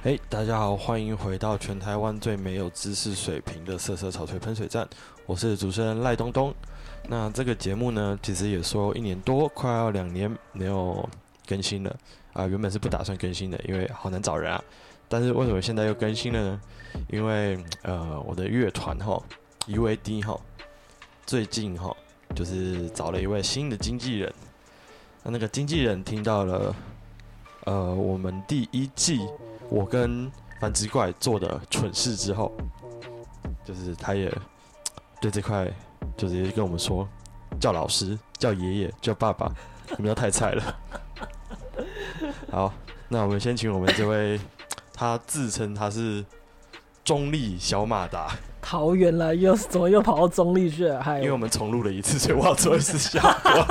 嘿，大家好，欢迎回到全台湾最没有知识水平的色色草吹喷水站，我是主持人赖东东。那这个节目呢，其实也说1年多，快要2年没有更新了原本是不打算更新的，因为好难找人啊。但是为什么现在又更新了呢？因为我的乐团UAD 最近就是找了一位新的经纪人。那个经纪人听到了我们第1季我跟繁殖怪做的蠢事之后，就是他也对这块就是也跟我们说，叫老师、叫爷爷、叫爸爸，你们都太菜了。好，那我们先请我们这位，他自称他是中立小马达。 桃园来怎么又跑到中立去了？ 因为我们重录了一次，所以我要做一次效果。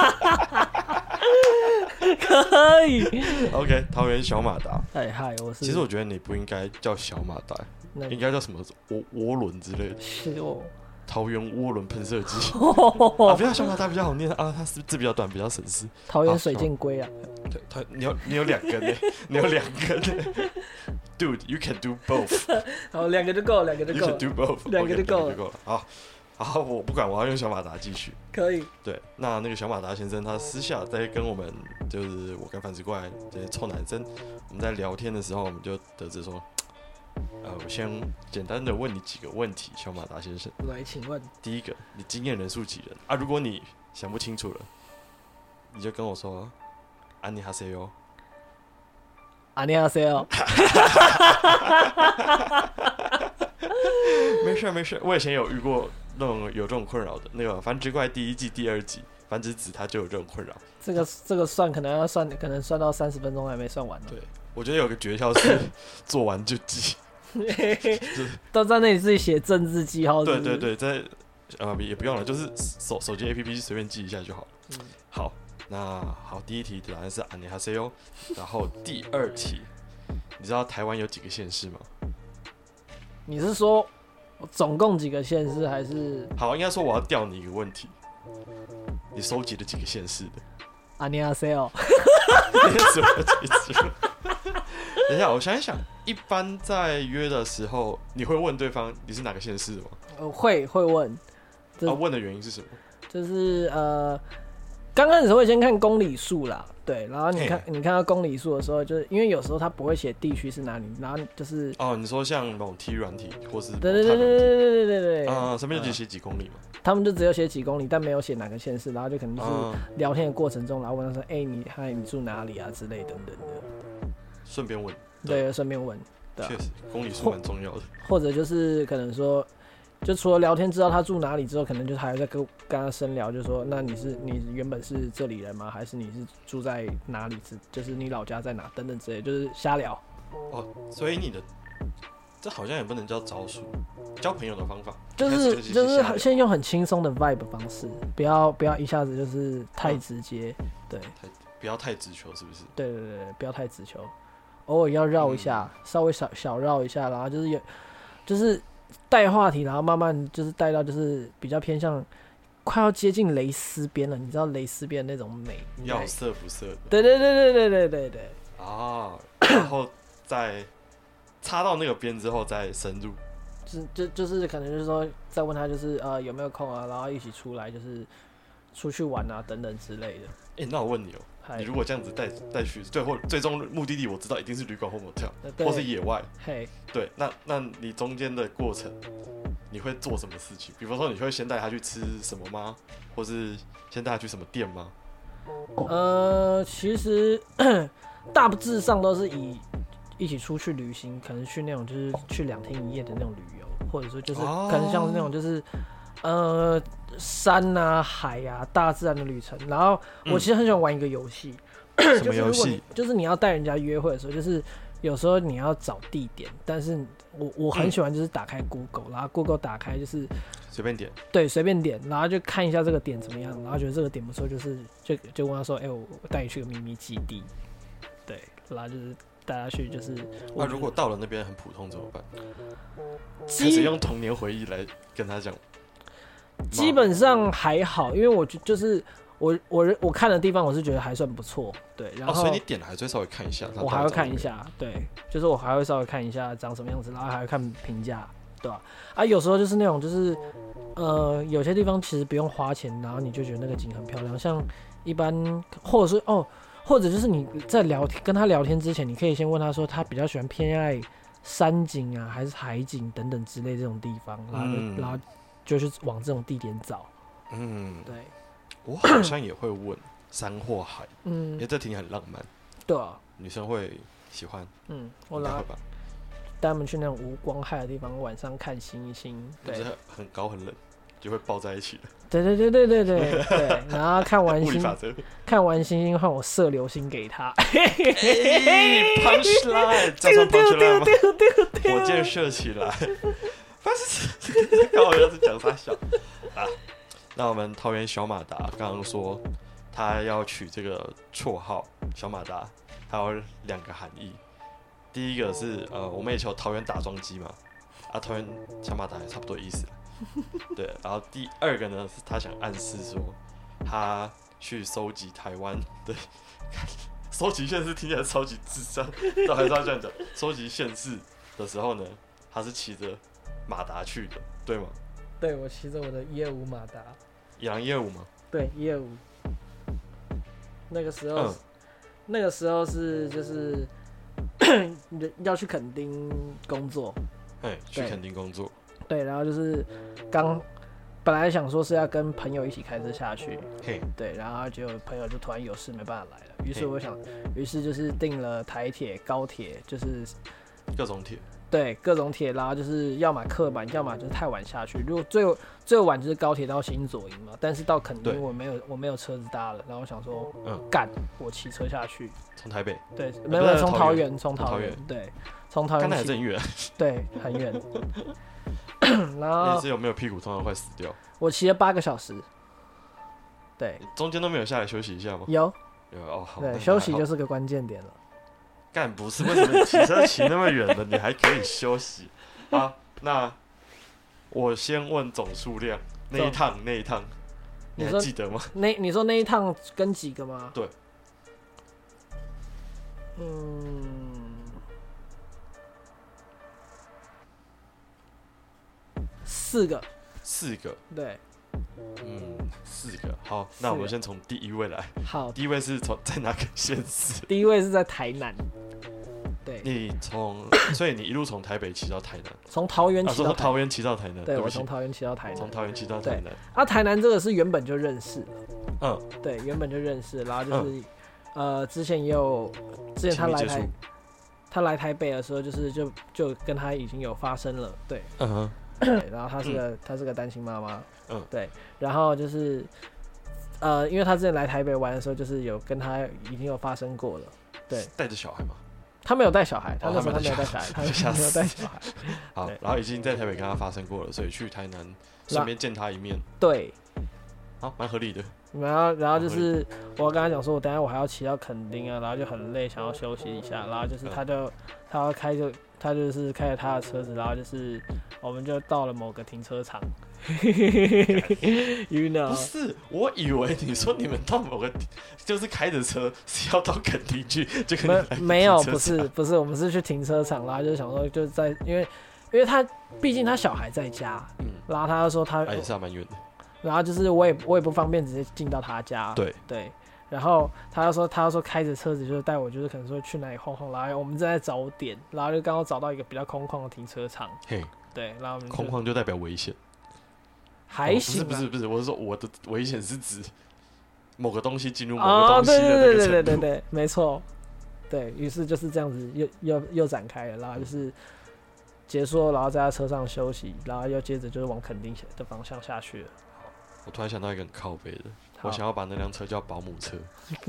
可以。 OK， 桃园小马达。 嗨，我是。 其实我觉得你不应该叫小马达，应该叫什么涡轮之类的。 是哦。 桃园涡轮喷射机。不要小马达比较好念啊，它字比较短，比较省事。 桃园水箭龟啊。 对，你有2根呢，你有2根。Dude, you can do both。 好，2个就够了，2个就够了。 You can do both。 2个就够了。 好，我不管，我要用小马达继续。 可以。 对，那个小马达先生，他私下在跟我们，就是我跟繁殖怪这些臭男生，我们在聊天的时候，我们就得知说，我先简单的问你几个问题，小马达先生。 来，请问。 第一个，你经验人数几人啊？如果你想不清楚了，你就跟我说，安妮哈塞哟。 安妮哈塞哟。 没事，我以前有遇过那种有这种困扰的。那个繁殖怪第1季、第2集，繁殖子他就有这种困扰。 这个可能算到30分钟还没算完呢。 对，我觉得有个诀窍是做完就记。 都在那里自己写政治记号。 对，在也不用了，就是手机 APP 随便记一下就好了。好，第1题答案是안녕하세요。然后第2题，你知道台湾有几个县市吗？ 你是说总共几个县市还是？ 好，应该说我要吊你一个问题，你收集了几个县市的？ 安妮哈塞哟。 等一下，我想一想，一般在约的时候，你会问对方你是哪个县市的吗？ 会问。 问的原因是什么？ 就是刚开始会先看公里数啦，对，然后你看到公里数的时候，就是因为有时候他不会写地区是哪里，然后就是你说像那种 T 软体或是对上面就写几公里嘛， 他们就只有写几公里，但没有写哪个县市，然后就可能就是聊天的过程中，然后问他说，你住哪里啊之类等等的， 顺便问， 对，顺便问，对， 确实公里数蛮重要的， 或者就是可能说。就除了聊天知道他住哪里之后，可能就还要再跟他深聊，就说那你原本是这里人吗？还是你是住在哪里？就是你老家在哪等等之类，就是瞎聊。 所以你的这好像也不能叫招数，交朋友的方法， 就是先用很轻松的 vibe 方式，不要一下子就是太直接，对， 不要太直球，是不是？ 对，不要太直球，偶尔要绕一下，稍微小绕一下，然后就是带话题，然后慢慢就是带到就是比较偏向快要接近蕾丝边了，你知道蕾丝边的那种美， 要色不色的。 对。 然后再插到那个边之后再深入， 就是可能就是说再问他就是有没有空啊，然后一起出来就是出去玩啊等等之类的。 那我问你你如果这样子带去，最终目的地我知道一定是旅馆或 motel， 或是野外。对，那你中间的过程，你会做什么事情？比方说，你会先带他去吃什么吗？或是先带他去什么店吗？ 其实大致上都是一起出去旅行，可能去那种就是去2天1夜的那种旅游，或者说就是可能像是那种就是山啊海啊大自然的旅程。然后我其实很喜欢玩一个游戏， 什么游戏？ 就是你要带人家约会的时候，就是有时候你要找地点，但是我很喜欢就是打开 Google， 然后 Google 打开就是随便点， 对，随便点，然后就看一下这个点怎么样，然后觉得这个点不错，就问他说，我带你去个秘密基地，对，然后就是带他去，就是如果到了那边很普通怎么办？开始用童年回忆来跟他讲。 基本上还好，因为我看的地方我是觉得还算不错，对，然后、 所以你点了还是会稍微看一下， 我还会看一下，对，就是我还会稍微看一下长什么样子，然后还会看评价，对吧？有时候就是那种就是有些地方其实不用花钱，然后你就觉得那个景很漂亮，像一般或者是或者就是你在跟他聊天之前，你可以先问他说他比较喜欢偏爱山景啊还是海景等等之类这种地方，然后就是往这种地点找，对。 我好像也会问山或海，因为这听起来很浪漫。 对啊， 女生会喜欢。 我带他们去那种无光害的地方，晚上看星星。对， 就是很高很冷，就会抱在一起的。 对，然后看完星星换我射流星给他。 punchline， 这样算 punchline 吗？火箭射起来。但是刚好像是讲啥小啊？那我们桃园小马达刚刚说他要取这个绰号小马达，还有2个含义。第一个是我们也求桃园打桩机嘛，桃园小马达也差不多意思。对，然后第2个呢是他想暗示说他去收集台湾的收集县市，听起来超级智障，但还是要这样讲。收集县市的时候呢，他是骑着马达去的，对吗？ 对，我骑着我的125马达。 野狼125吗？ 对，125。那个时候是就是要去垦丁工作。 去垦丁工作。 对，然后就是本来想说是要跟朋友一起开车下去，对，然后结果朋友就突然有事没办法来了，于是就是订了台铁、高铁，就是各种铁。 对，各种铁，然后就是要么客满，要么就是太晚下去。如果最晚就是高铁到新左营嘛，但是到垦丁我没有车子搭了，然后我想说，我骑车下去。 从台北？ 对，没有从桃园，对，从桃园。 刚才还真远。 对，很远。然后你是有没有屁股痛到快死掉？ 我骑了8个小时。对， 中间都没有下来休息一下吗？ 有好。 对，休息就是个关键点了。 干不是？为什么你骑车骑那么远的，你还可以休息？好，那我先问总数量，那一趟，你还记得吗？ 你说那一趟跟几个吗？ 对。 4个。 4个。 对。 4个。好，那我们先从第1位来。 好。 第1位是在哪个县市？ 第1位是在台南。对。 所以你一路从台北骑到台南。 从桃园骑到台南。 从桃园骑到台南。 对，我从桃园骑到台南。 从桃园骑到台南。台南这个是原本就认识了。 对，原本就认识，然后就是之前他来台北的时候，就跟他已经有发生了，对。对，然后她是个单亲妈妈。对，然后就是因为他之前来台北玩的时候，就是有跟他已经有发生过了。对， 带着小孩吗？ 他没有带小孩，他那时候他没有带小孩，他没有带小孩。 好，然后已经在台北跟他发生过了，所以去台南顺便见他一面。 对， 好，蛮合理的。 然后就是我跟他讲说，我等一下我还要骑到垦丁啊，然后就很累，想要休息一下，然后就是他就是开着他的车子，然后就是我们就到了某个停车场。You know？ 不是，我以为你说你们到某个就是开着车是要到垦丁去，就跟你没有，不是，我们是去停车场，然后就想说就是在因为他毕竟他小孩在家，然后他就说他也是蛮远的。 然后就是我也不方便直接进到他家，对，然后他就说开着车子就是带我，就是可能说去哪里晃晃，然后我们正在找点，然后就刚好找到一个比较空旷的停车场，对，然后我们空旷就代表危险， 还行， 不是，我是说我的危险是指某个东西进入某个东西的那个程度， 对，没错，对，于是就是这样子又展开了，然后就是结束，然后在他车上休息，然后又接着就是往垦丁的方向下去了。 我突然想到一个很靠北的，我想要把那辆车叫保姆车。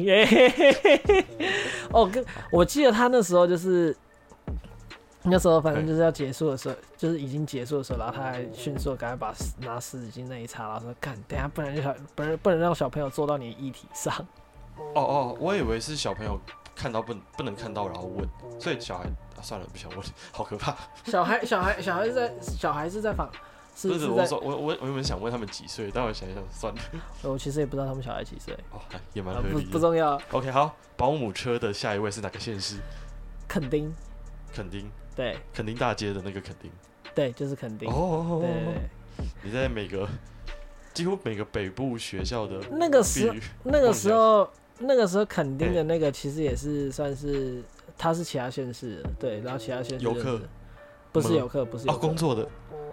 我记得他那时候就是那时候反正就是要结束的时候，就是已经结束的时候，然后他还迅速赶快把拿湿纸巾那一擦，然后说干，等一下不能让小朋友坐到你的衣体上。 我以为是小朋友看到不能看到然后问，所以小孩算了不想问，好可怕。 小孩是在不是我说我原本想问他们几岁，但我想一想算了。 我其实也不知道他们小孩几岁。 哦，也蛮合理的。 不重要。 OK， 好，保姆车的下一位是哪个县市？ 垦丁。 垦丁。 对。 垦丁大街的那个垦丁。 对，就是垦丁。 哦。 对。 你在几乎每个北部学校的那个时候垦丁的那个其实也是算是，它是其他县市的，对，然后其他县市游客不是游客，不是游客工作的，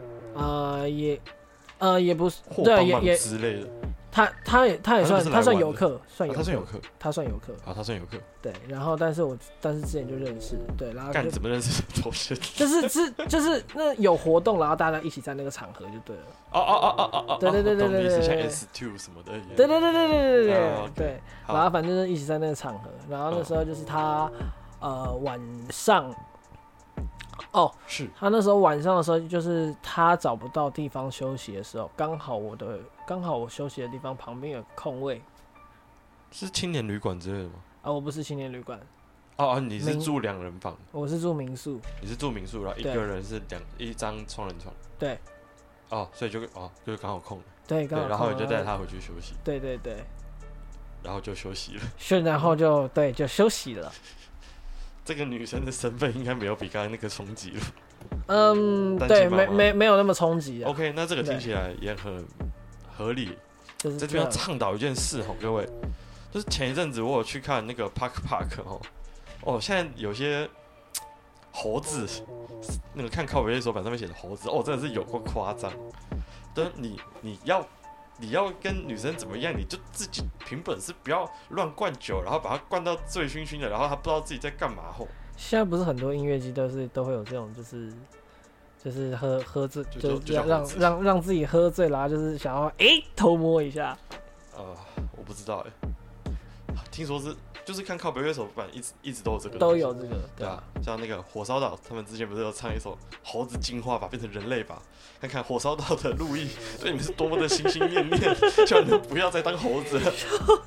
也不是， 对，也之类的。 他也算游客， 他算游客， 他算游客， 好，他算游客。 对，然后但是之前就认识，对，然后怎么认识的同学？ 就是那有活动，然后大家一起在那个场合就对了。对， 像 S2 什么的。 对，然后反正就是一起在那个场合，然后那时候就是他晚上。 是他那时候晚上的时候，就是他找不到地方休息的时候，刚好我休息的地方旁边有空位， 是青年旅馆之类的吗？ 我不是青年旅馆。 你是住2人房？ 我是住民宿。 你是住民宿，然后一个人是一张双人床。 对。 所以就是刚好空。 对，刚好空。 然后你就带他回去休息。 对。 然后就休息了。 然后就休息了。 这个女生的身份应该没有比刚才那个冲击了。 对，没有那么冲击。 OK， 那这个听起来也很合理。就是在这边要倡导一件事各位，就是前一阵子我有去看那个 Park 现在有些猴子，那个看靠北手板上面写的猴子，真的是有够夸张。但你要跟女生怎么样，你就自己凭本事不要乱灌酒，然后把她灌到醉醺醺的，然后她不知道自己在干嘛现在不是很多音乐季都会有这种，就是喝醉，就是让自己喝醉，然后就是想要偷摸一下。 我不知道听说就是看靠北乐手板一直都有这个， 都有这个， 对啊，像那个火烧岛，他们之前不是有唱一首猴子进化吧，变成人类吧？看看火烧岛的路易对你们是多么的心心念念，叫你们不要再当猴子了。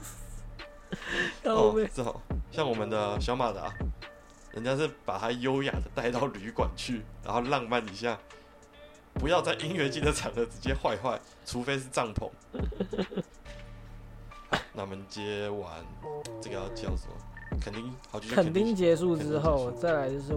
正好像我们的小马达，人家是把他优雅的带到旅馆去，然后浪漫一下，不要在音乐季的场合直接坏，除非是帐篷。那我们接完这个要叫什么？垦丁结束之后，再来就是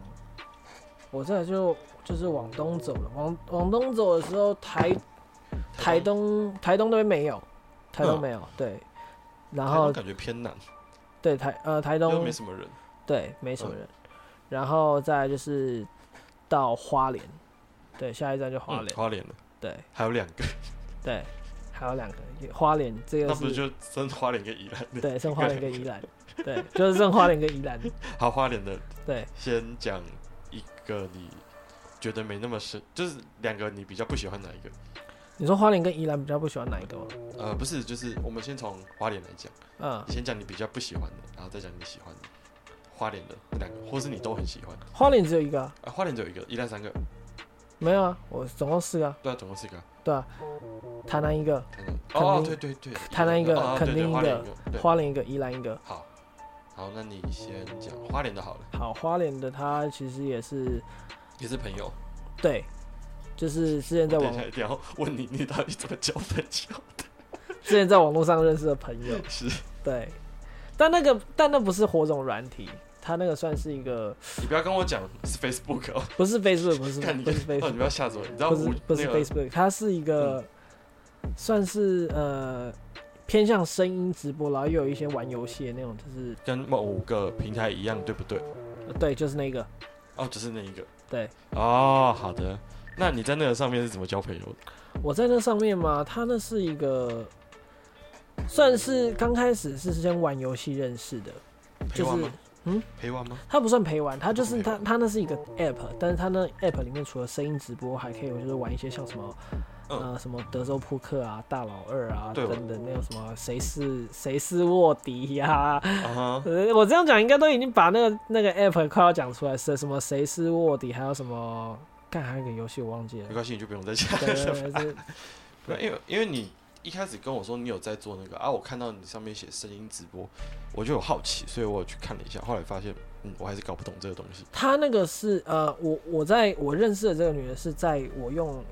就是往东走了。往东走的时候，台东那边没有，台东没有。对，然后感觉偏南。 对，台东没什么人。 对，没什么人。然后再来就是到花莲，对，下一站就花莲。 花莲了。对，还有2个。 对。还有2个花莲，这个那不是就剩花莲跟宜兰？ 对，剩花莲跟宜兰，对，就是剩花莲跟宜兰。 好，花莲的， 对， 先讲一个你觉得没那么深，就是2个你比较不喜欢哪一个？ 你说花莲跟宜兰比较不喜欢哪一个吗？ 不是，就是我们先从花莲来讲，你先讲你比较不喜欢的，然后再讲你喜欢的。花莲的2个，或是你都很喜欢。 花莲只有一个花莲只有一个，宜兰3个。 没有啊，我总共4个。 对啊，总共4个。 对啊，台南1个， 对， 台南1个，垦丁1个，花莲1个，宜兰1个。 好，那你先讲花莲的好了。 好，花莲的他其实也是朋友。 对，就是之前在网， 一定要问你到底怎么交朋友的？ 之前在网络上认识的朋友。 是。 对，但那不是火种软体。他那个算是一个， 你不要跟我讲是 Facebook 不是 Facebook， 不是 Facebook， 你不要吓着我，你知道不是 Facebook， 它是一个算是偏向声音直播，然后又有一些玩游戏的那种，就是跟某个平台一样，对不对？ 对，就是那个。 就是那一个。 对。 好的。那你在那个上面是怎么交朋友的？ 我在那上面嘛，他那是一个，算是刚开始是先玩游戏认识的，就是陪玩吗？ 它不算陪玩，它就是它那是一个 app， 但是它那 app 里面除了声音直播，还可以就是玩一些像什么什么德州扑克啊、大老二啊等等那种什么谁是卧底呀、我这样讲应该都已经把那个 app 快要讲出来，是什么谁是卧底，还有什么还有一个游戏我忘记了。 没关系，你就不用再讲了。对，因为你一开始跟我说你有在做那个我看到你上面写声音直播，我就有好奇，所以我有去看了一下，后来发现，我还是搞不懂这个东西。 他那个是我认识的这个女的是在我用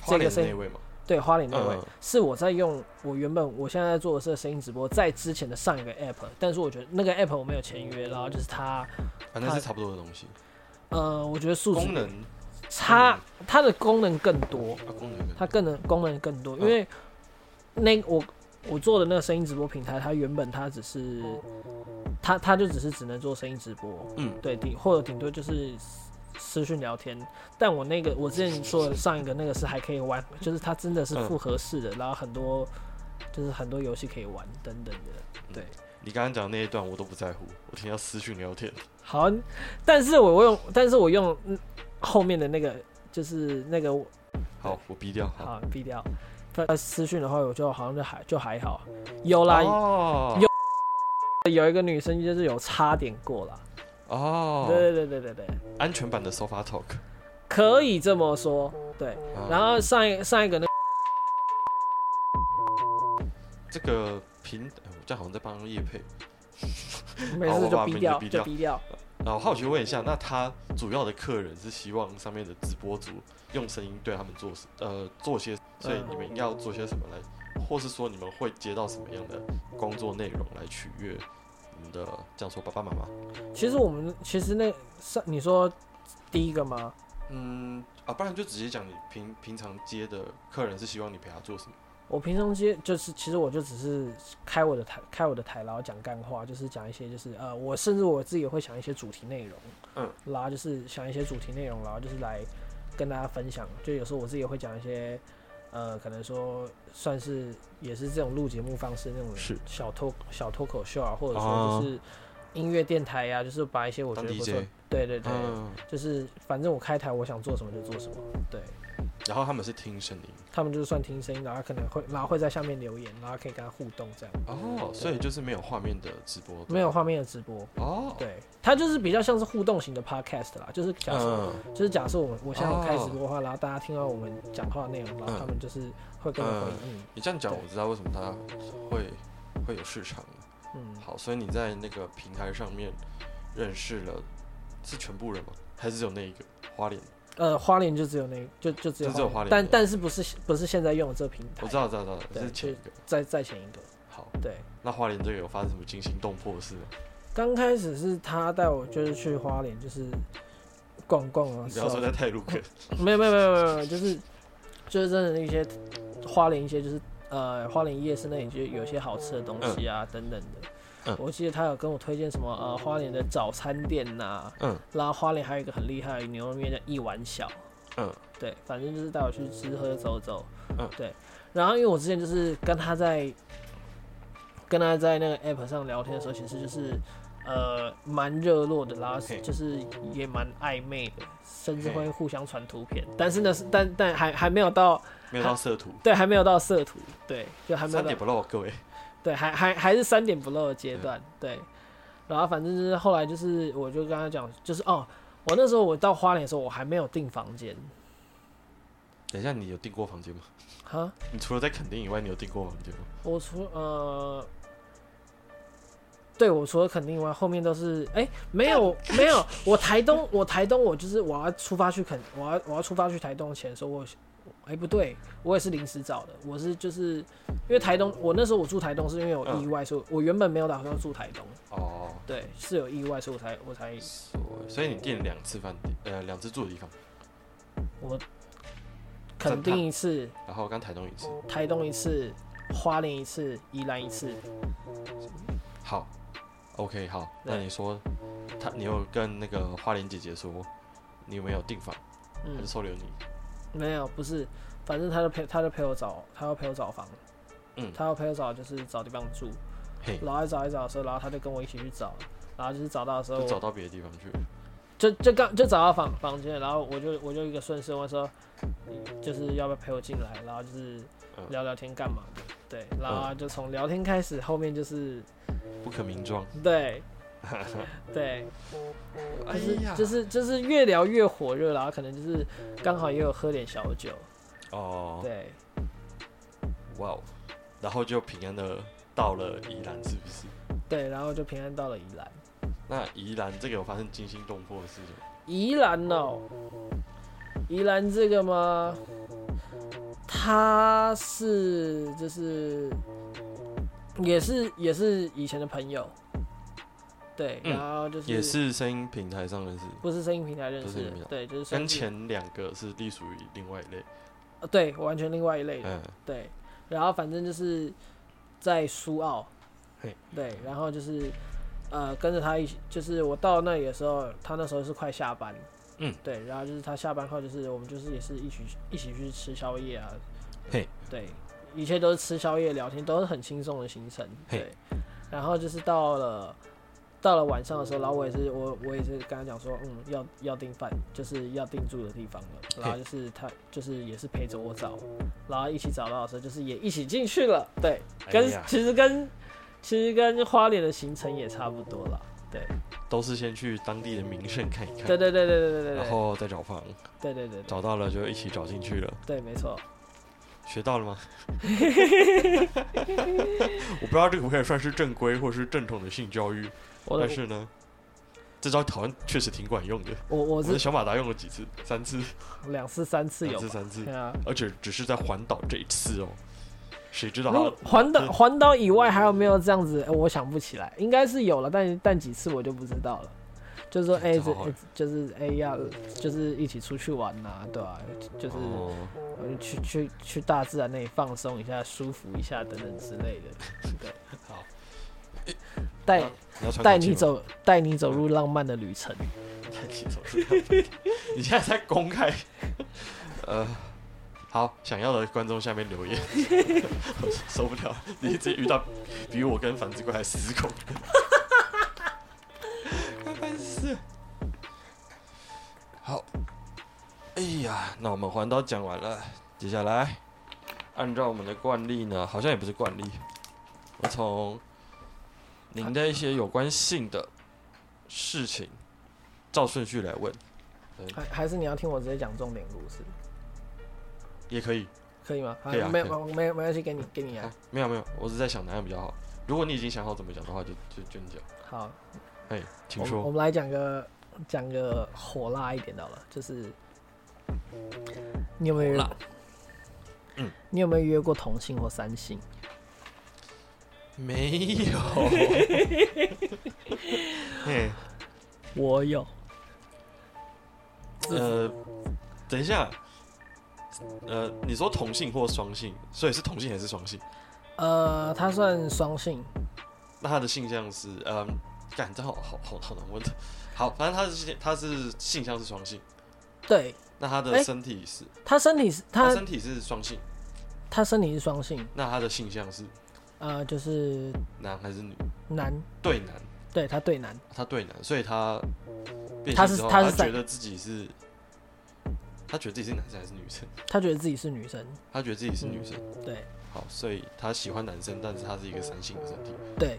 花莲那位嘛， 对，花莲那位、是我在用我现在在做的是声音直播，在之前的上一个 app， 但是我觉得那个 app 我没有签约，然后就是它是差不多的东西。 我觉得数值功能它的功能更多，它功能更多，因为我做的那个声音直播平台，它原本它只是它就只能做声音直播，对，或者顶多就是私讯聊天。但我之前说的上一个那个是还可以玩，就是它真的是复合式的，然后很多游戏可以玩等等的，对。 你刚刚讲的那一段我都不在乎，我听到私讯聊天。 好，但是我用后面的那个就是那个， 好，我逼掉。 好，逼掉。私讯的话，我就好像就还好。有啦，有一个女生就是有差点过啦。 哦， 对， 安全版的 Sofa Talk 可以这么说，对。然后上一个这个我这样好像在帮业配， 没事就逼掉。 我好奇问一下，那他主要的客人是希望上面的直播主用声音对他们做些，所以你们要做些什么来，或是说你们会接到什么样的工作内容来取悦你们的这样说爸爸妈妈？ 其实你说第一个吗？ 不然就直接讲你平常接的客人是希望你陪他做什么？ 我平常接其实我就只是开我的台，然后讲干话，就是讲一些我甚至我自己也会想一些主题内容，然后就是想一些主题内容，然后就是来跟大家分享。就有时候我自己也会讲一些可能说算是也是这种录节目方式那种小脱口秀啊，或者说就是音乐电台啊，就是把一些我觉得不错，对，就是反正我开台我想做什么就做什么，对。 然后他们是听声音， 他们就是算听声音，然后可能会在下面留言，然后可以跟他互动这样。 所以就是没有画面的直播， 没有画面的直播。对，它就是比较像是互动型的 podcast 啦，就是假设我现在开直播的话，然后大家听到我们讲话的内容，然后他们就是会跟我回应。 你这样讲，我知道为什么它会有市场了。好，所以你在那个平台上面认识了是全部人吗？还是只有那一个花莲？ 花莲就只有就只有花莲，但是不是现在用的这个平台？ 我知道，是前一个， 再前一个。 好， 对。那花莲这个有发生什么惊心动魄的事吗？ 刚开始是他带我就是去花莲，就是逛啊。 不要说在太鲁阁。 没有，就是真的一些花莲一些就是花莲夜市那里就有一些好吃的东西啊等等的。我记得他有跟我推荐什么花莲的早餐店呐，然后花莲还有一个很厉害的牛肉面叫一碗小，对，反正就是带我去吃喝走走，对，然后因为我之前就是跟他在那个 app 上聊天的时候，其实就是蛮热络的，然后就是也蛮暧昧的，甚至会互相传图片，但是但还没有到色图， 对，还没有到色图，对，就还没有到 3点不漏，各位。 对，还是3点不漏的阶段，对。然后反正就是后来就是，我就跟他讲，就是我那时候我到花莲的时候，我还没有订房间。 等一下，你有订过房间吗？ 哈？ 你除了在垦丁以外，你有订过房间吗？ 对，我除了垦丁以外，后面都是没有，我台东我就是我要出发去台东前的时候，不对，我也是临时找的。我是就是因为台东，我那时候我住台东是因为有意外，所以我原本没有打算住台东。对，是有意外，所以我才。 所以你订了2次饭店，2次住的地方。 我垦丁一次， 然后刚台东一次， 台东一次，花莲一次，宜兰一次。 好 ，OK， 好，那你说你有跟那个花莲姐姐说你有没有订房，还是收留你？ 没有，不是，反正他要陪我找房，他要陪我找就是找地方住，然后找一找的时候，然后他就跟我一起去找，然后就是找到的时候， 就找到别的地方去了， 就找到房间，然后我就一个顺势问说，就是要不要陪我进来，然后就是聊聊天干嘛的，对，然后就从聊天开始，后面就是不可名状， 对。对，就是越聊越火热，然后可能就是刚好也有喝点小酒。对， 哇哦，然后就平安的到了宜兰，是不是？ 对，然后就平安到了宜兰。 那宜兰这个有发生惊心动魄的事情？ 宜兰这个吗？ 他是就是也是以前的朋友，对，然后就是也是声音平台上认识， 不是声音平台认识的，对，就是跟前两个是隶属于另外一类， 对，完全另外一类的，对，然后反正就是在苏澳，对，然后就是跟着他一起，就是我到那里的时候，他那时候是快下班，对，然后就是他下班后，就是我们就是也是一起去吃宵夜啊，对，一切都是吃宵夜聊天，都是很轻松的行程，对，然后就是到了晚上的时候，然后我也是跟他讲说，要订饭，就是要订住的地方了。然后就是他就是也是陪着我找，然后一起找到的时候，就是也一起进去了。对，其实跟花莲的行程也差不多了。对， 都是先去当地的名胜看一看。 对。 然后再找房。 对。 找到了就一起找进去了。 对，没错。 学到了吗？我不知道这个可不可以算是正规或是正统的性教育。但是呢，这招好像确实挺管用的。我的小马达用了几次？3次、 2次、3次有。 3次， 啊， 而且只是在环岛这一次哦。谁知道环岛以外还有没有这样子？我想不起来，应该是有了，但几次我就不知道了。就是说，就是就是一起出去玩呐，对吧？就是去大自然那里放松一下、舒服一下等等之类的。对， 好。 带你走入浪漫的旅程。 你现在在公开？好，想要的观众下面留言。我受不了，你直接遇到比我跟反之怪还失控。快烦死！好，哎呀，那我们环岛讲完了，接下来按照我们的惯例呢，好像也不是惯例，我从您的一些有关性的事情，照顺序来问。 还是你要听我直接讲重点故事？ 也可以。 可以吗？ 可以啊。 没关系，给你啊。 没有，我只是在想哪样比较好。如果你已经想好怎么讲的话，就你讲。 好。 请说。 我们来讲个火辣一点的了，就是你有没有你有没有约过同性或三性？ 没有。 我有。 等一下，你说同性或双性，所以是同性还是双性？ 他算双性。 那他的性向是干，这好难问的。好，反正他是性向是双性。 对。 那他的身体是？ 他身体是双性。 他身体是双性。 那他的性向是？ 就是男还是女？ 男。 对男。 对，他对男。 他对男，所以他变性之后，他觉得自己是男生还是女生？他觉得自己是女生。他觉得自己是女生。 对。 好，所以他喜欢男生，但是他是一个三性的身体。 对。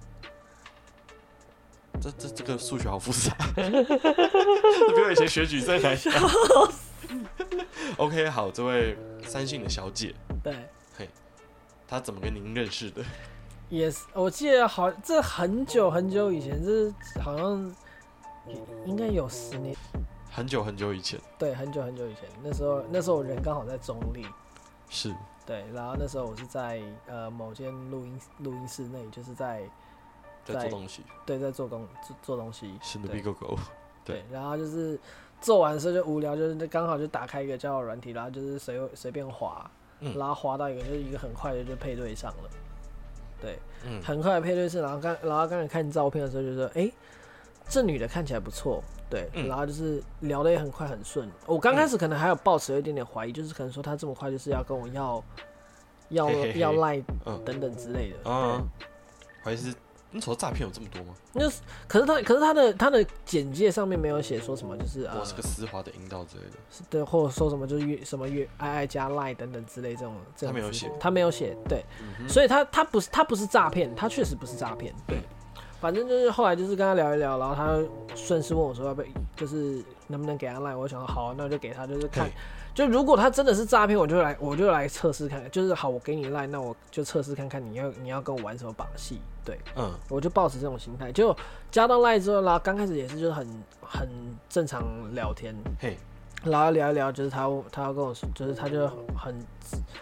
这个数学好复杂，比我以前学矩阵还像。OK， 好，这位三性的小姐， 对， 她怎么跟您认识的？ 也是，我记得这很久很久以前，这好像应该有10年， 很久很久以前。 对，很久很久以前，那时候我人刚好在中立， 是， 对，然后那时候我是在某间录音室内，就是在做东西， 对，在做东西， 是的 ，Big Go， 对，然后就是做完的时候就无聊，就是刚好就打开一个交友软体，然后就是随便滑，然后滑到就是一个很快的就配对上了，对，很快的配对上，然后刚才看照片的时候就说，这女的看起来不错，对，然后就是聊得也很快很顺，我刚开始可能还有抱持有一点点怀疑，就是可能说她这么快就是要跟我要赖等等之类的， 怀疑是。你说诈骗有这么多吗？ 可是他的简介上面没有写说什么，就是我是个丝滑的阴道之类的， 对，或者说什么就是约爱加赖等等之类这种，他没有写，对，所以他不是诈骗，他确实不是诈骗，对，反正就是后来就是跟他聊一聊，然后他顺势问我说要不要，就是能不能给他赖，我想说好，那我就给他，就是看。就如果他真的是诈骗，我就来测试看，就是好，我给你赖，那我就测试看看你要跟我玩什么把戏，对，我就抱持这种心态，就加到赖之后，然后刚开始也是就是很正常聊天，然后聊一聊，就是他要跟我，就是他就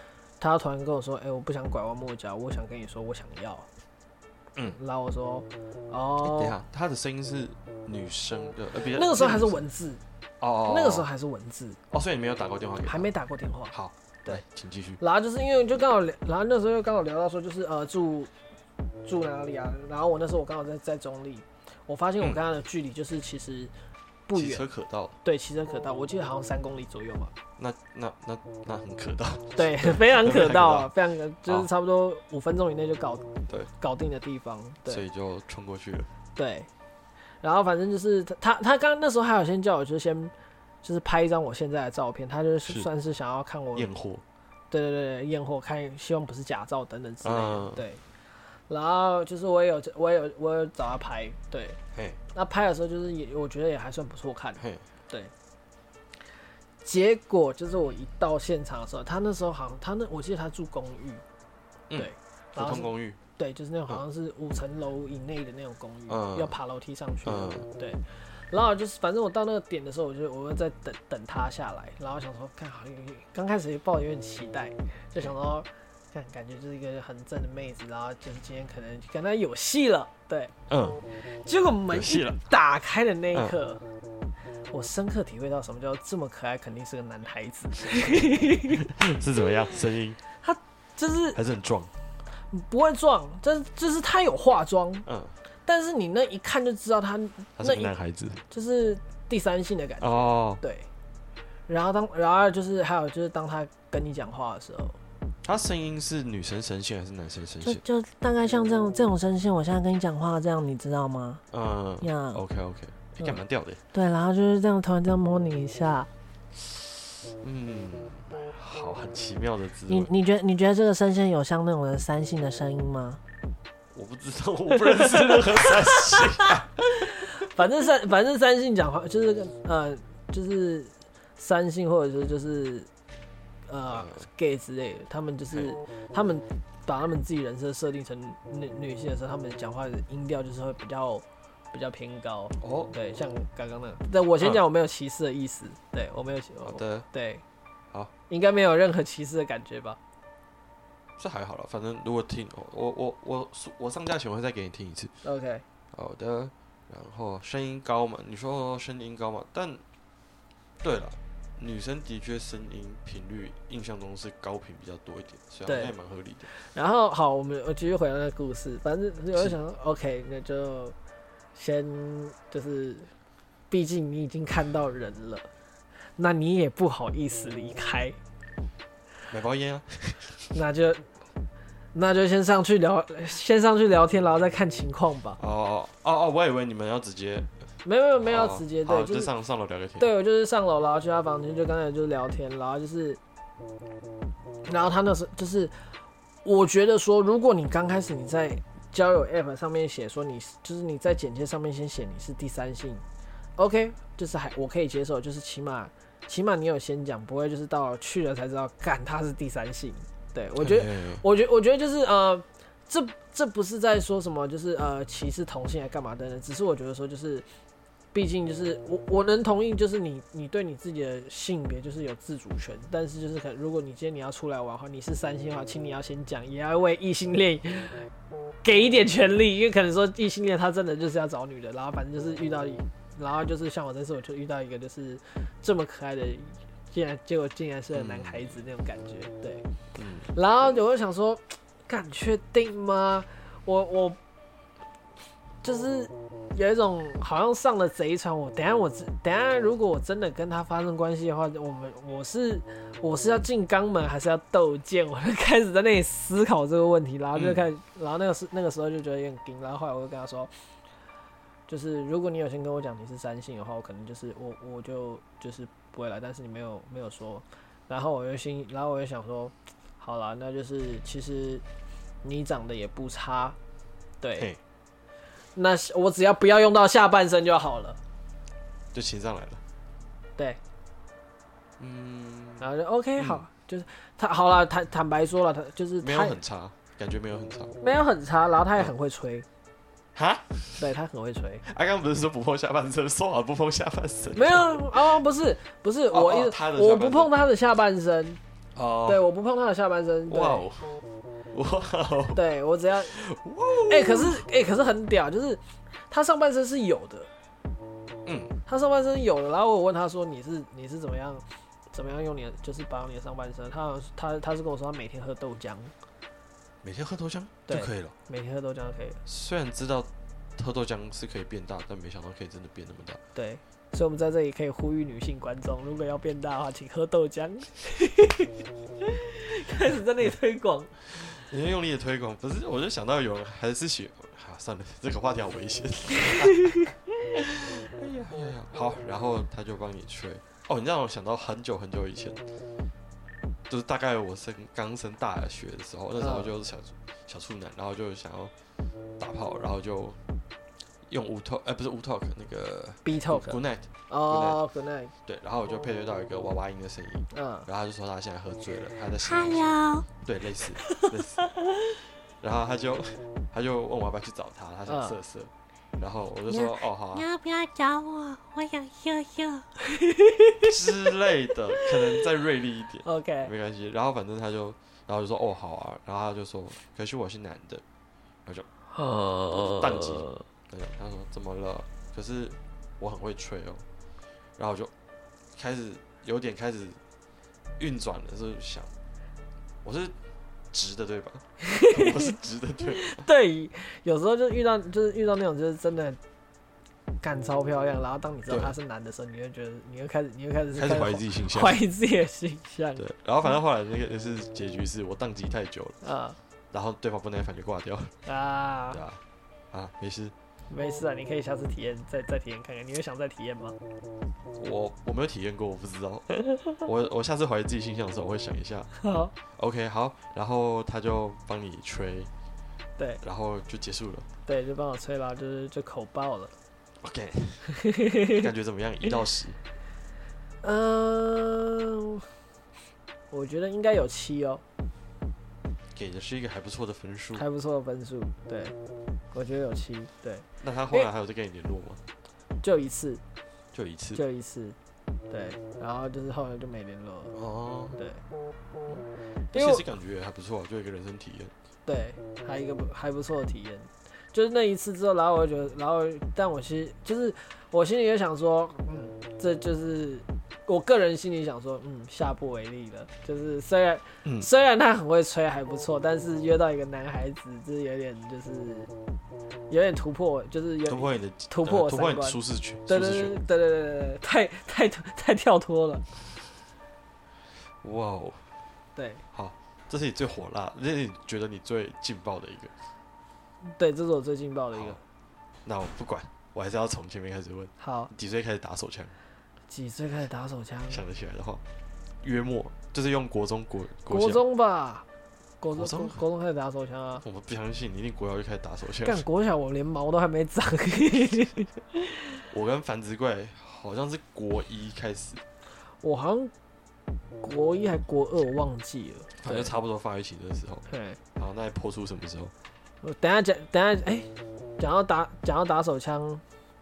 他突然跟我说：“我不想拐弯抹角，我想跟你说我想要。”然后我说：“哦。” 等一下，他的声音是女生的， 那个时候还是文字。 哦， 那个时候还是文字。 所以你没有打过电话给他？ 还没打过电话。 好，对，请继续。 然后就是因为就刚好，然后那时候又刚好聊到说，就是住哪里啊？然后我那时候刚好在中立，我发现我跟他的距离就是其实不远， 骑车可到。 对，骑车可到，我记得好像3公里左右吧。 那很可到。 对，非常可到啊，非常就是差不多5分钟以内就搞定的地方。对， 所以就冲过去了。 对，然后反正就是他刚那时候还有先叫我就是拍一张我现在的照片，他就是算是想要看我验货。 对，验货看，希望不是假照等等之类的。对。然后就是我有找他拍，对，那拍的时候就是我觉得也还算不错看，对。结果就是我一到现场的时候，他那时候好像我记得他住公寓，对， 普通公寓， 对，就是那种好像是5层楼以内的那种公寓，要爬楼梯上去，对。然后就是反正我到那个点的时候，我会在等他下来，然后想说看好，刚开始也抱有点期待，就想说。感觉就是一个很正的妹子，然后就是今天可能跟她有戏了，对，结果门一打开的那一刻，我深刻体会到什么叫这么可爱，肯定是个男孩子。 是怎么样？声音？ 他就是还是很壮， 不会壮，就是他有化妆，但是你那一看就知道他是个男孩子， 就是第三性的感觉，对。然后就是还有就是当他跟你讲话的时候。 他声音是女生声线还是男生声线？ 就大概像这种声线，我现在跟你讲话这样，你知道吗 ？OK， 应该蛮屌的。 对，然后就是这样，突然这样摸你一下。 好，很奇妙的滋味。 你觉得这个声线有像那种三性的声音吗？ 我不知道，我不认识任何三性。 反正三性讲话就是三性或者是就是。gay 之类的，他们把他们自己人设设定成女性的时候，他们讲话的音调就是会比较偏高。对，像刚刚那个。对，我先讲，我没有歧视的意思。对，我没有。 好的。 对。 好。 应该没有任何歧视的感觉吧？ 这还好了，反正如果听我上架前我会再给你听一次。 OK。 好的。然后声音高嘛？你说声音高嘛？但对了。女生的确声音频率印象中是高频比较多一点，所以好像也蛮合理的。 然后好，我继续回到那个故事。反正我就想说 ，OK， 那就先就是，毕竟你已经看到人了，那你也不好意思离开， 买包烟啊。 那就先上去聊天，然后再看情况吧。 我以为你们要直接。 没有直接对， 就是上楼聊个天。 对，我就是上楼，然后去他房间，就刚才就是聊天，然后他那时候就是，我觉得说，如果你刚开始你在交友 App 上面写说你在简介上面先写你是第三性 ，OK， 就是我可以接受，就是起码你有先讲，不会就是到了去了才知道，干他是第三性。对，我觉得就是这不是在说什么，就是歧视同性来干嘛等等，只是我觉得说就是。毕竟就是我能同意，就是你对你自己的性别就是有自主权，但是就是如果你今天你要出来玩的话，你是三性的话，请你要先讲，也要为异性恋给一点权利，因为可能说异性恋他真的就是要找女的，然后反正就是然后就是像我这次我就遇到一个就是这么可爱的，结果竟然是个男孩子那种感觉，对，然后我就想说，敢确定吗？我就是有一种好像上了贼船。等一下，如果我真的跟他发生关系的话，我是要进肛门还是要斗剑？我就开始在那里思考这个问题，然后那个时候就觉得有点惊，然后后来我就跟他说，就是如果你有先跟我讲你是三性的话，我可能就是我就是不会来，但是你没有说，然后我就想说，好啦，那就是其实你长得也不差，对。那我只要不要用到下半身就好了， 就骑上来了。 对，然后就 OK 好，就是他好了，坦白说了，他就是没有很差，感觉没有很差， 没有很差，然后他也很会吹。 哈？ 对，他很会吹。 刚刚不是说不碰下半身，说好不碰下半身？ 没有不是我不碰他的下半身， 哦， 对，我不碰他的下半身。 哇哦，哇哦， 对我只要，可是很屌，就是他上半身是有的，他上半身有的。然后我问他说你是怎么样用你的就是保养你的上半身？他是跟我说他每天喝豆浆， 每天喝豆浆就可以了。 每天喝豆浆就可以了。 虽然知道喝豆浆是可以变大，但没想到可以真的变那么大。 对，所以我们在这里可以呼吁女性观众，如果要变大的话，请喝豆浆。开始在那里推广， 你要用力的推广，不是？我就想到有人还是算了，这个话题好危险。哎呀，好，然后他就帮你吹。哦，你让我想到很久很久以前，就是大概我刚升大学的时候，那时候就是小处男，然后就想要打炮，然后就用无 talk， 不是无 talk， 那个 B talk good night。 哦 ，good night。 对，然后我就配对到一个娃娃音的声音，然后他就说他现在喝醉了，他在醒。 Hello。 对，类似。然后他就问我要不要去找他，他想色。然后我就说哦好啊。 你要不要找我？我想秀之类的，可能再锐利一点。 OK。 没关系。然后反正然后就说哦好啊，然后他就说可是我是男的，然后就宕机。他说怎么了？可是我很会吹哦。然后我就有点开始运转了，就是想我是直的对吧？我是直的对吧。 对，有时候就遇到那种就是真的干超漂亮，然后当你知道他是男的时候，你会觉得你会开始怀疑自己形象， 怀疑自己的形象。 对，然后反正后来那个是结局是我宕机太久了然后对方不耐烦就挂掉了对啊，没事。 没事啊，你可以下次体验，再体验看看。你会想再体验吗？ 我没有体验过，我不知道。我下次怀疑自己形象的时候，我会想一下。 好 ，OK， 好，然后他就帮你吹， 对， 然后就结束了。 对，就帮我吹了，就口爆了。 OK， 感觉怎么样？1到10？ 我觉得应该有7哦。 给的是一个还不错的分数。 还不错的分数，对，我觉得有7，对。 那他后来还有再跟你联络吗？ 就一次， 就一次， 对，然后就是后来就没联络了。 哦， 对， 其实感觉还不错，就一个人生体验。 对，还有一个还不错的体验，就是那一次之后，然后我觉得，但我其实就是我心里就想说，这就是我个人心里想说，下不为例了。就是虽然他很会吹，还不错，但是约到一个男孩子，就是有点突破，就是突破你的突破你的舒适圈。 对，太跳脱了。 哇哦， 对， 好，这是你最火辣，这是你觉得你最劲爆的一个。 对，这是我最劲爆的一个。 那我不管，我还是要从前面开始问。 好， 几岁开始打手枪？ 几岁开始打手枪？ 想得起来的话，约莫就是用国中吧。国中开始打手枪啊！ 我不相信，你一定国小就开始打手枪。 干国小我连毛都还没长。 我跟繁殖怪好像是国1开始， 我好像国1还国2，我忘记了。 反正差不多放在一起的时候。 对。 好，那破出什么时候？ 我等一下，讲到打手枪，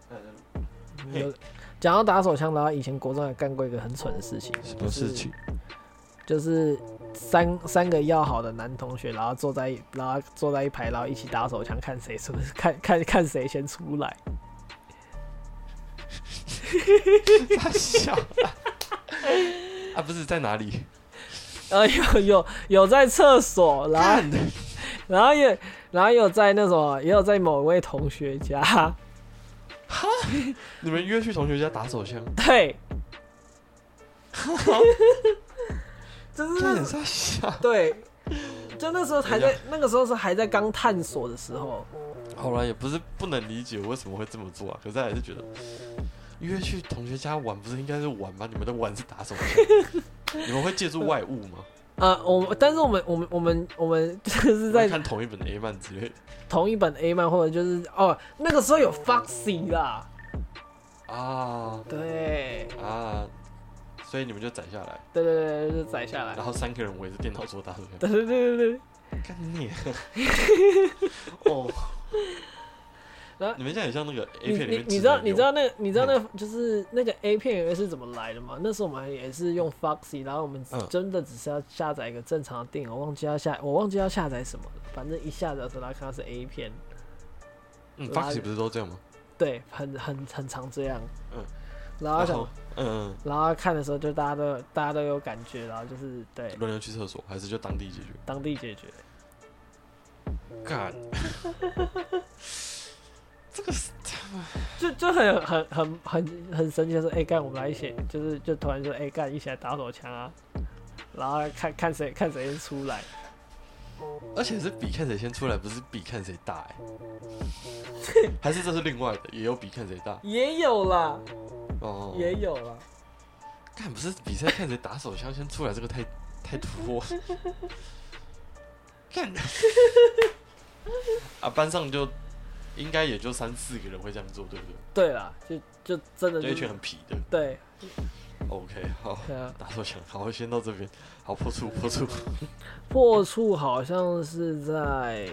讲到打手枪的话，以前国中还干过一个很蠢的事情。 什么事情？ 就是三个要好的男同学，然后坐在一排，然后一起打手枪，看谁看谁先出来。 他笑啊，不是在哪里？ 有在厕所，然后也有在那种，也有在某位同学家。 哈，你们约去同学家打手枪？ 对。就是在笑。 对，就那时候还在刚探索的时候。 后来也不是不能理解为什么会这么做啊，可是还是觉得约去同学家玩不是应该是玩吗？你们的玩是打手枪，你们会借助外物吗？ 但是我们就是在看同一本的 A 漫之类的， 同一本 A 漫，或者就是那个时候有 Foxy 啦。对所以你们就载下来。 对，就载下来。 然后3个人围着电脑桌打手枪。 对。 干你！ 然后你们现在很像那个 A 片里面你知道那个就是那个 A 片原来是怎么来的吗？那时候我们也是用 Foxy， 然后我们真的只是要下载一个正常的电影，我忘记要下载什么了，反正一下载的时候，他看到是 A 片。 Foxy 不是都这样吗？ 对，很常这样。然后看的时候就大家都有感觉，然后就是对轮流去厕所，还是就当地解决？ 当地解决。 干，这个就很神奇的说，干，我们来一起，就突然说，干，一起来打手枪啊，然后看谁先出来， 而且是比看谁先出来，不是比看谁大还是这是另外的，也有比看谁大， 也有啦， 也有啦， 干不是比赛看谁打手枪先出来，这个太突兀，干。班上就应该也就3-4个人会这样做，对不对？ 对啦，就真的就一群很皮的。 对。 OK， 好，打手枪，好，先到这边。好，破处。 破处好像是在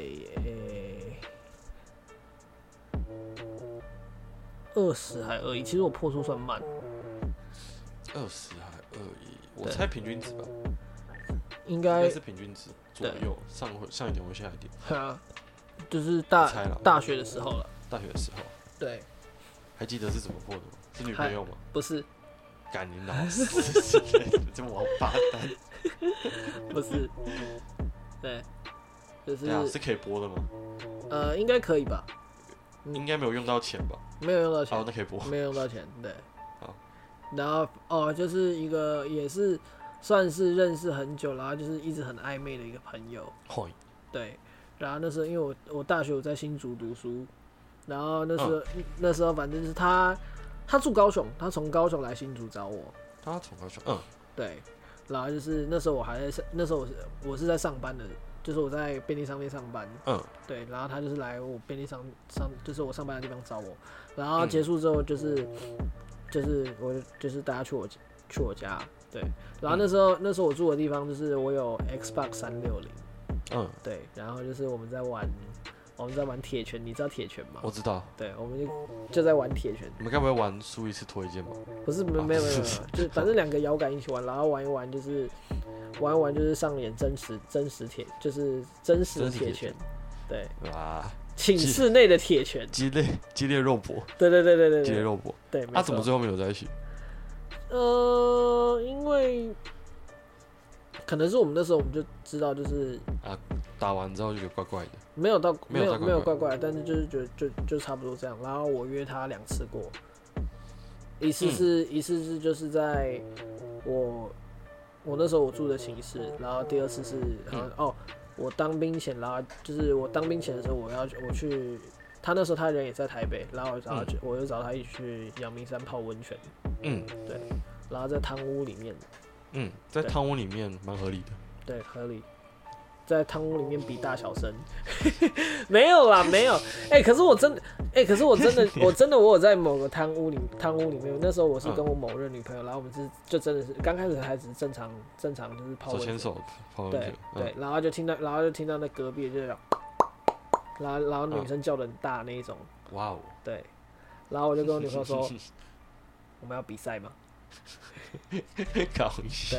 20还21，其实我破处算慢。 20还21，我猜平均值吧。 应该是平均值左右，上一点或下一点。 就是大学的时候了。 大学的时候。对。还记得是怎么破的吗？是女朋友吗？ 不是。 干你老师，这王八蛋。 不是。对。就是。 对啊，是可以播的吗？ 应该可以吧。 应该没有用到钱吧？ 没有用到钱。 好，那可以播。 没有用到钱，对。 好。 然后就是一个也是算是认识很久，然后就是一直很暧昧的一个朋友。对。然后那时候因为我大学我在新竹读书，然后那时候反正就是他住高雄，他从高雄来新竹找我。 他从高雄， 对。然后就是那时候我是在上班的，就是我在便利商店上班。对。然后他就是来我便利商就是我上班的地方找我，然后结束之后就是我就是大家去我家，对。然后那时候我住的地方就是我有 Xbox 360。对，然后就是我们在玩铁拳，你知道铁拳吗？ 我知道。 对，我们就在玩铁拳。 你们该不会玩输一次脱一件吧？ 不是，没有，就反正2个摇杆一起玩，然后玩一玩就是上演真实铁，就是真实的铁拳。对。哇。寝室内的铁拳。 激烈肉搏。 对。 激烈肉搏。 对。 他怎么最后没有在一起？ 因为。可能是我们那时候我们就知道，就是打完之后就觉得怪怪的， 没有怪怪的，但是就是觉得就差不多这样。然后我约他2次过，一次是就是在我那时候我住的寝室，然后第2次是我当兵前，然后就是我当兵前的时候我去，他那时候他人也在台北，然后我就找他一起去阳明山泡温泉，对，然后在汤屋里面。 在汤屋里面蛮合理的。 对，合理。在汤屋里面比大小声，没有啦，没有。可是我真的，我有在某个汤屋里面。那时候我是跟我某任女朋友，然后我们就真的是刚开始还只是正常就是泡温泉， 手牵手泡温泉。 对，然后就听到那隔壁就这样，然后女生叫得很大那一种。哇哦。对，然后我就跟我女朋友说，我们要比赛吗？ 搞笑，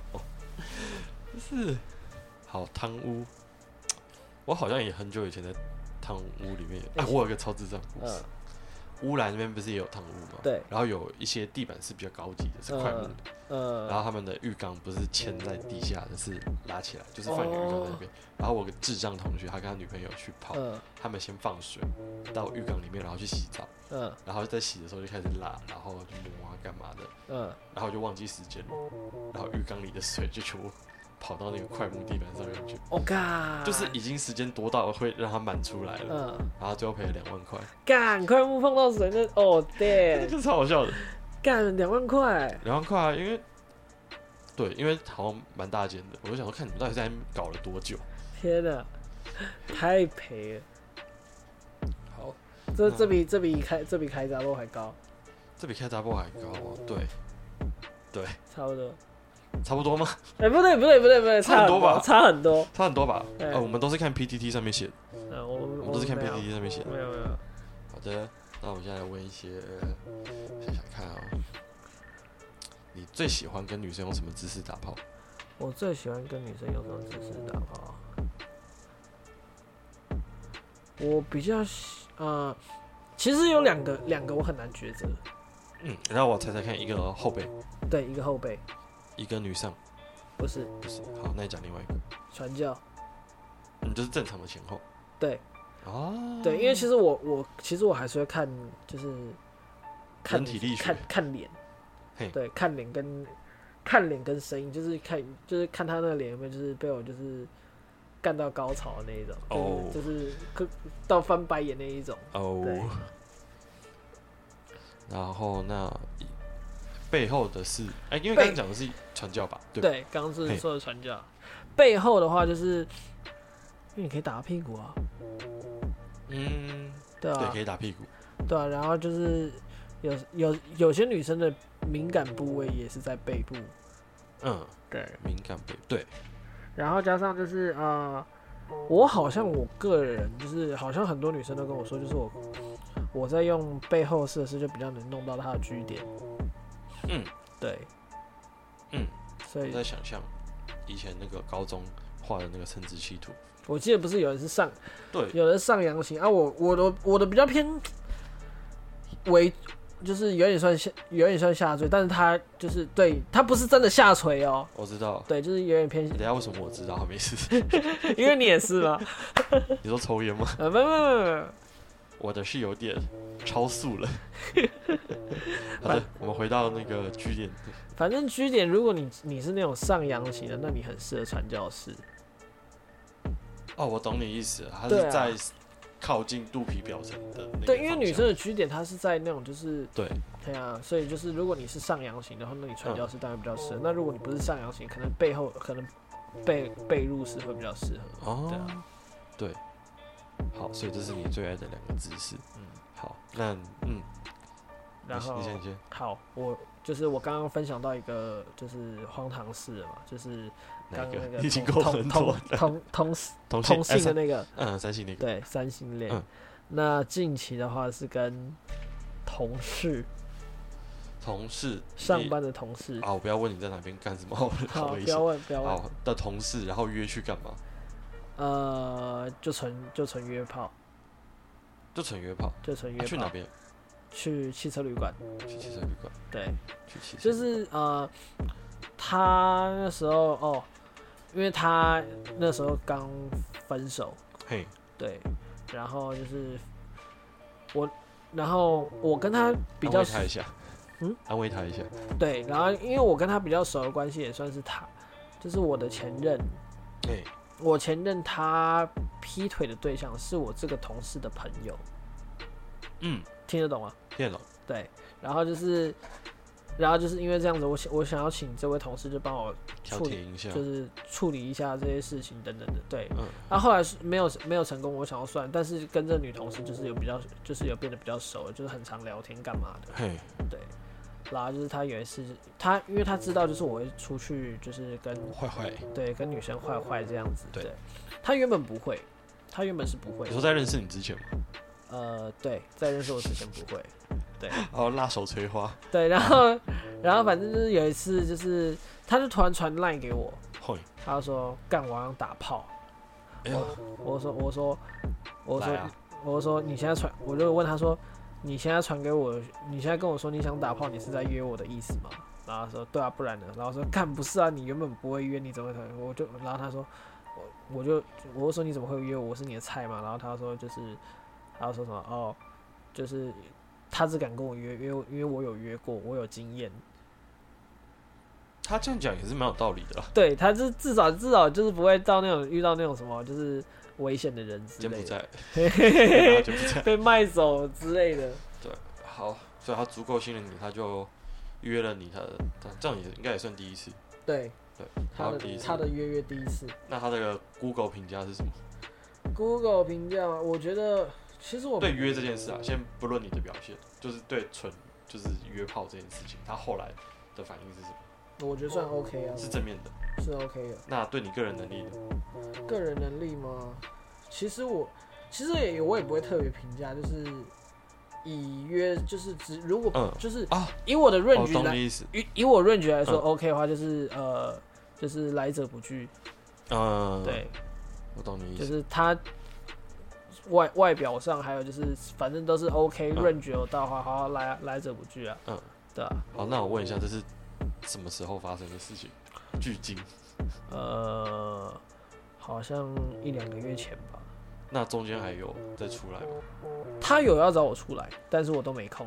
是好汤屋，我好像也很久以前在汤屋里面，我有一个超智障故事。乌来那边不是也有汤屋吗？ 对。 然后有一些地板是比较高级的，是块木的。然后他们的浴缸不是嵌在地下的，是拉起来，就是放一个浴缸在那边。然后我有个智障同学，他跟他女朋友去泡，他们先放水到浴缸里面，然后去洗澡。然后在洗的时候就开始拉，然后就摸啊干嘛的。然后就忘记时间了，然后浴缸里的水就全部跑到那个块木地板上面去。就是已经时间多到会让它满出来了。然后最后赔了2万块。 干，块木碰到水那damn， 这超好笑的。 干2万块。2 万块啊，因为好像蛮大间的，我就想说看你们到底在那边搞了多久。 天哪，太赔了。好，这比开闸波还高。 这比开闸波还高哦，对，差不多吗？ 不对，差很多吧？差很多吧？我们都是看 PTT 上面写的。 我们都是看 PTT 上面写的。 没有。 好， 的，那我们现在来问一些，想想看啊、你最喜欢跟女生用什么姿势打炮？ 我最喜欢跟女生用什么姿势打炮？我比较其实有两个我很难抉择。 然后我猜猜看，一个后背， 对，一个后背， 一个女上， 不是好，那你讲另外一个， 传教。 就是正常的前后。 对， 哦， 对，因为其实我还是会看，就是人体力学， 看脸，对，看脸跟声音，就是看他那个脸有没有就是被我就是干到高潮的那一种，就是到翻白眼那一种。哦。 然后那背后的是，因为刚刚讲的是传教吧？ 对，刚刚是说的传教。背后的话就是，因为你可以打屁股啊。对啊， 对，可以打屁股。 对啊，然后就是有些女生的敏感部位也是在背部。对， 敏感背，对。 然后加上就是我好像我个人就是好像很多女生都跟我说，就是我在用背后设施就比较能弄到她的G点。对。所以我在想象以前那个高中画的那个生殖器图。 我记得不是有人是对， 有人上扬型啊，我的比较偏就是有点算下垂，但是他就是对他不是真的下垂哦。 我知道。 对，就是有点偏。 等一下为什么我知道？没事。 因为你也是吗？ 你说抽烟吗？ 不。 我的是有点超速了。好的，我们回到那个G点。 反正G点，如果你是那种上扬型的，那你很适合传教士。 我懂你意思了，它是在靠近肚皮表层的那个。 对，因为女生的G点它是在那种就是对啊，所以就是如果你是上扬型的话，那你传教士当然比较适合。那如果你不是上扬型，可能背后可能背入式会比较适合。对啊， 对。好，所以这是你最爱的两个姿势。好，那然后你先。 好，我刚刚分享到一个就是荒唐事了嘛，就是刚刚那个已经够很多同性的那个， 三性那个， 对，三性恋。那近期的话是跟同事上班的同事。 我不要问你在哪边干什么，好危险。 不要问。 好的同事，然后约去干嘛？ 就纯约炮。 就纯约炮。去哪边？ 去汽车旅馆。对。 去汽车。 就是他那时候因为他那时候刚分手。对。然后就是我跟他比较。 安慰他一下。 对，然后因为我跟他比较熟的关系，也算是他，就是我的前任。我前任他劈腿的对象是我这个同事的朋友。听得懂吗？ 听得懂。 对，然后就是因为这样子，我想要请这位同事就帮我处理一下这些事情等等的。对，后来是没有成功，我想要算，但是跟这女同事就是有变得比较熟，就是很常聊天干嘛的。对。然后就是他有一次，因为他知道就是我会出去，就是跟跟女生坏这样子。对，他原本是不会。 你说在认识你之前吗？ 对，在认识我之前不会。对。 辣手摧花。对， 然后反正就是有一次，就是他就突然传 LINE 给我，他就说干我要打炮。我说你现在传，我就问他说。你现在传给我，你现在跟我说你想打炮，你是在约我的意思吗？然后他说对啊，不然呢？然后说干不是啊，你原本不会约，你怎么会？然后他说，我就说你怎么会约我？我是你的菜嘛？然后他说他说什么就是他只敢跟我约，因为我有约过，我有经验。 他这样讲也是蛮有道理的啦。 对，他是至少就是不会到遇到那种什么就是危险的人之类的，被卖走之类的。 对，好，所以他足够信任你，他就约了你，这样应该也算第一次。 对，他的约第一次。 那他的 Google 评价是什么 ？Google 评价，我觉得其实我对约这件事先不论你的表现，就是对就是约炮这件事情，他后来的反应是什么？ 我觉得算 OK 啊， 是正面的， 是 OK 的。 那对你个人能力呢？ 个人能力吗？其实我也不会特别评价，就是以约就是如果就是啊， 以我的 range 懂来， 你意思。 以我 range 来说 OK 的话，就是来者不拒。对， 我懂你意思。 就是他外表上还有就是反正都是 OK，range 有到的话，好来者不拒啊。对啊。 好，那我问一下，这是什么时候发生的事情？距今？ 好像1-2个月前吧。 那中间还有再出来吗？ 他有要找我出来，但是我都没空。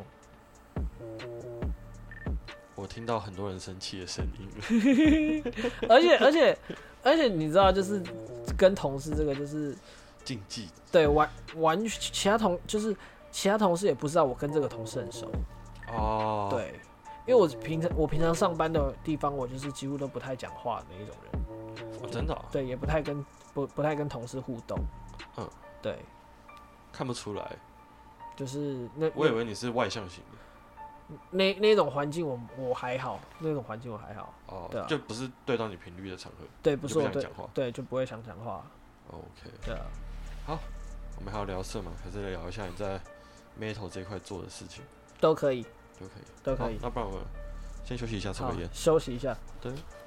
我听到很多人生气的声音。 而且你知道，就是跟同事这个就是禁忌。 对，其他同事也不知道我跟这个同事很熟。 哦。 对，因为我平常上班的地方，我就是几乎都不太讲话的那一种人。 真的。 对，也不太跟同事互动。对。 看不出来。 就是我以为你是外向型的。 那种环境我还好，那种环境我还好。对啊。 就不是对到你频率的场合。 对，不是我讲话。 对，就不会想讲话。 OK。 对啊。 好，我们还要聊色吗？还是来聊一下你在 Metal 这一块做的事情？ 都可以。 都可以。 好， 那不然我们先休息一下，抽个烟。 休息一下。 对。